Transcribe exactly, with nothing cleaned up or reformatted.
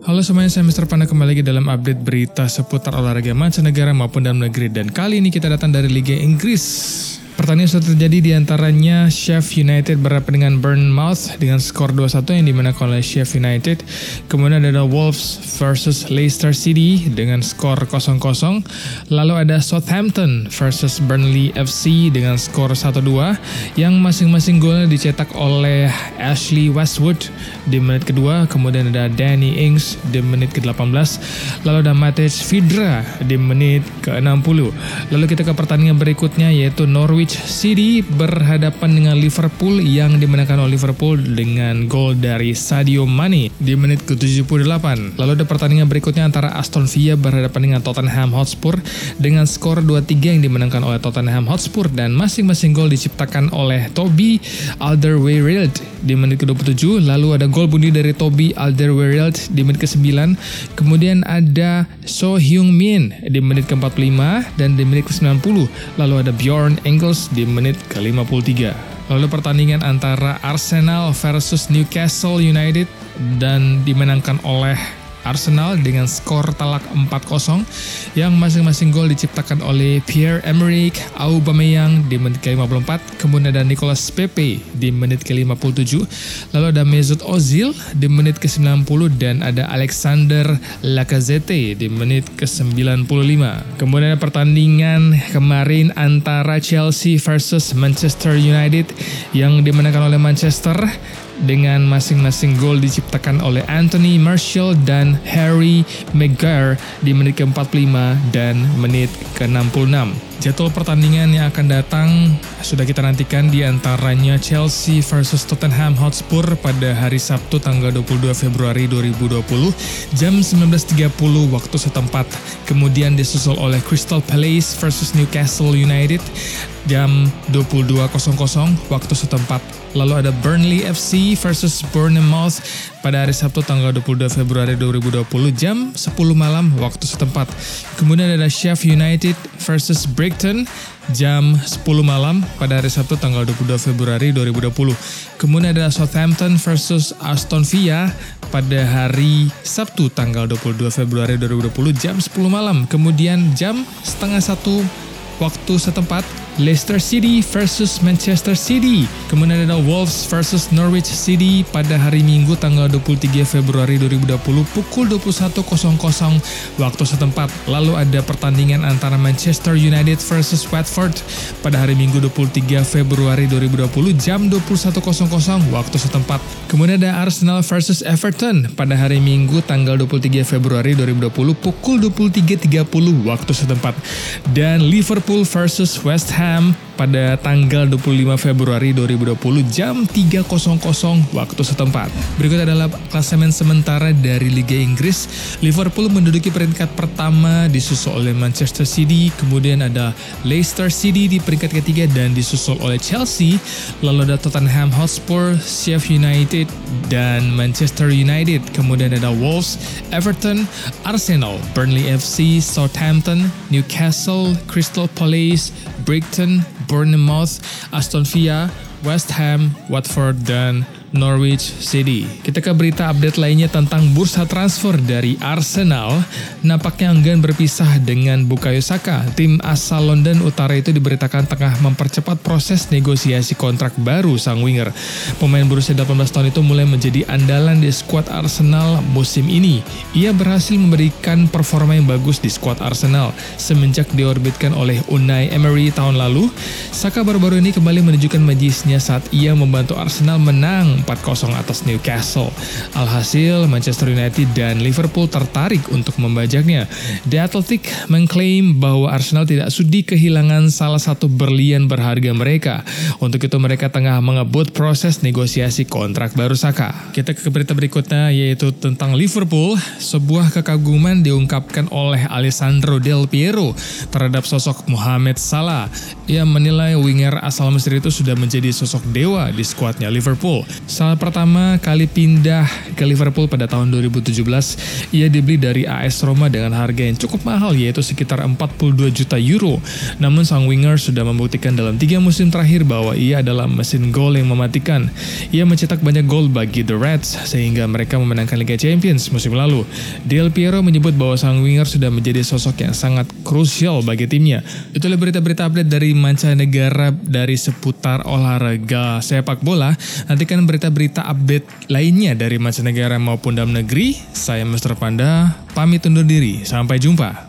Halo semuanya, saya mister Panda kembali lagi dalam update berita seputar olahraga mancanegara maupun dalam negeri. Dan kali ini kita datang dari Liga Inggris. Pertandingan sudah terjadi di antaranya Sheffield United berhadapan dengan Bournemouth dengan skor dua satu yang dimenangkan oleh Sheffield United. Kemudian ada Wolves versus Leicester City dengan skor nol nol. Lalu ada Southampton versus Burnley F C dengan skor satu dua yang masing-masing golnya dicetak oleh Ashley Westwood di menit kedua. Kemudian ada Danny Ings di menit ke delapan belas. Lalu ada Matej Vydra di menit ke enam puluh. Lalu kita ke pertandingan berikutnya yaitu Norwich City berhadapan dengan Liverpool yang dimenangkan oleh Liverpool dengan gol dari Sadio Mane di menit ke tujuh puluh delapan. Lalu ada pertandingan berikutnya antara Aston Villa berhadapan dengan Tottenham Hotspur dengan skor dua tiga yang dimenangkan oleh Tottenham Hotspur dan masing-masing gol diciptakan oleh Toby Alderweireld di menit ke dua puluh tujuh. Lalu ada gol bunuh dari Toby Alderweireld di menit ke sembilan. Kemudian ada So Heung-min di menit ke empat puluh lima dan di menit ke sembilan puluh. Lalu ada Bjorn Engels di menit ke lima puluh tiga. Lalu pertandingan antara Arsenal versus Newcastle United dan dimenangkan oleh Arsenal dengan skor telak empat kosong yang masing-masing gol diciptakan oleh Pierre-Emerick Aubameyang di menit ke lima puluh empat, kemudian ada Nicolas Pepe di menit ke lima puluh tujuh, lalu ada Mesut Ozil di menit ke sembilan puluh dan ada Alexander Lacazette di menit ke sembilan puluh lima. Kemudian ada pertandingan kemarin antara Chelsea versus Manchester United yang dimenangkan oleh Manchester dengan masing-masing gol diciptakan oleh Anthony Martial dan Harry Maguire di menit ke empat puluh lima dan menit ke enam puluh enam. Jadwal pertandingan yang akan datang sudah kita nantikan di antaranya Chelsea versus Tottenham Hotspur pada hari Sabtu tanggal dua puluh dua Februari dua ribu dua puluh jam sembilan belas tiga puluh waktu setempat. Kemudian disusul oleh Crystal Palace versus Newcastle United jam dua puluh dua waktu setempat. Lalu ada Burnley F C versus Bournemouth pada hari Sabtu tanggal dua puluh dua Februari dua ribu dua puluh jam sepuluh malam waktu setempat. Kemudian ada Sheffield United versus Brighton jam sepuluh malam pada hari Sabtu tanggal dua puluh dua Februari dua ribu dua puluh. Kemudian ada Southampton versus Aston Villa pada hari Sabtu tanggal dua puluh dua Februari dua ribu dua puluh jam sepuluh malam. Kemudian jam setengah satu waktu setempat Leicester City versus Manchester City. Kemudian ada Wolves versus Norwich City pada hari Minggu tanggal dua puluh tiga Februari dua ribu dua puluh pukul dua puluh satu waktu setempat. Lalu ada pertandingan antara Manchester United versus Watford pada hari Minggu dua puluh tiga Februari dua ribu dua puluh jam dua puluh satu waktu setempat. Kemudian ada Arsenal versus Everton pada hari Minggu tanggal dua puluh tiga Februari dua ribu dua puluh pukul dua puluh tiga tiga puluh waktu setempat. Dan Liverpool versus West Ham pada tanggal dua puluh lima Februari dua ribu dua puluh jam tiga waktu setempat. Berikut adalah klasemen sementara dari Liga Inggris. Liverpool menduduki peringkat pertama disusul oleh Manchester City, kemudian ada Leicester City di peringkat ketiga dan disusul oleh Chelsea, lalu ada Tottenham Hotspur, Sheffield United dan Manchester United. Kemudian ada Wolves, Everton, Arsenal, Burnley F C, Southampton, Newcastle, Crystal Palace, Brighton, Bournemouth, Aston Villa, West Ham, Watford, dan Norwich City. Kita ke berita update lainnya tentang bursa transfer dari Arsenal. Nampaknya enggan berpisah dengan Bukayo Saka. Tim asal London Utara itu diberitakan tengah mempercepat proses negosiasi kontrak baru sang winger. Pemain berusia delapan belas tahun itu mulai menjadi andalan di skuad Arsenal musim ini. Ia berhasil memberikan performa yang bagus di skuad Arsenal semenjak diorbitkan oleh Unai Emery tahun lalu. Saka baru-baru ini kembali menunjukkan majisnya saat ia membantu Arsenal menang empat kosong atas Newcastle. Alhasil, Manchester United dan Liverpool tertarik untuk membajaknya. The Athletic mengklaim bahwa Arsenal tidak sudi kehilangan salah satu berlian berharga mereka. Untuk itu mereka tengah mengebut proses negosiasi kontrak baru Saka. Kita ke berita berikutnya yaitu tentang Liverpool. Sebuah kekaguman diungkapkan oleh Alessandro Del Piero terhadap sosok Mohamed Salah. Ia menilai winger asal Mesir itu sudah menjadi sosok dewa di skuadnya Liverpool. Saat pertama kali pindah ke Liverpool pada tahun dua ribu tujuh belas, ia dibeli dari A S Roma dengan harga yang cukup mahal yaitu sekitar empat puluh dua juta euro. Namun sang winger sudah membuktikan dalam tiga musim terakhir bahwa ia adalah mesin gol yang mematikan. Ia mencetak banyak gol bagi The Reds sehingga mereka memenangkan Liga Champions musim lalu. Del Piero menyebut bahwa sang winger sudah menjadi sosok yang sangat krusial bagi timnya. Itulah berita-berita update dari mancanegara dari seputar olahraga sepak bola. Nantikan berita-berita update lainnya dari mancanegara maupun dalam negeri. Saya Mister Panda, pamit undur diri. Sampai jumpa.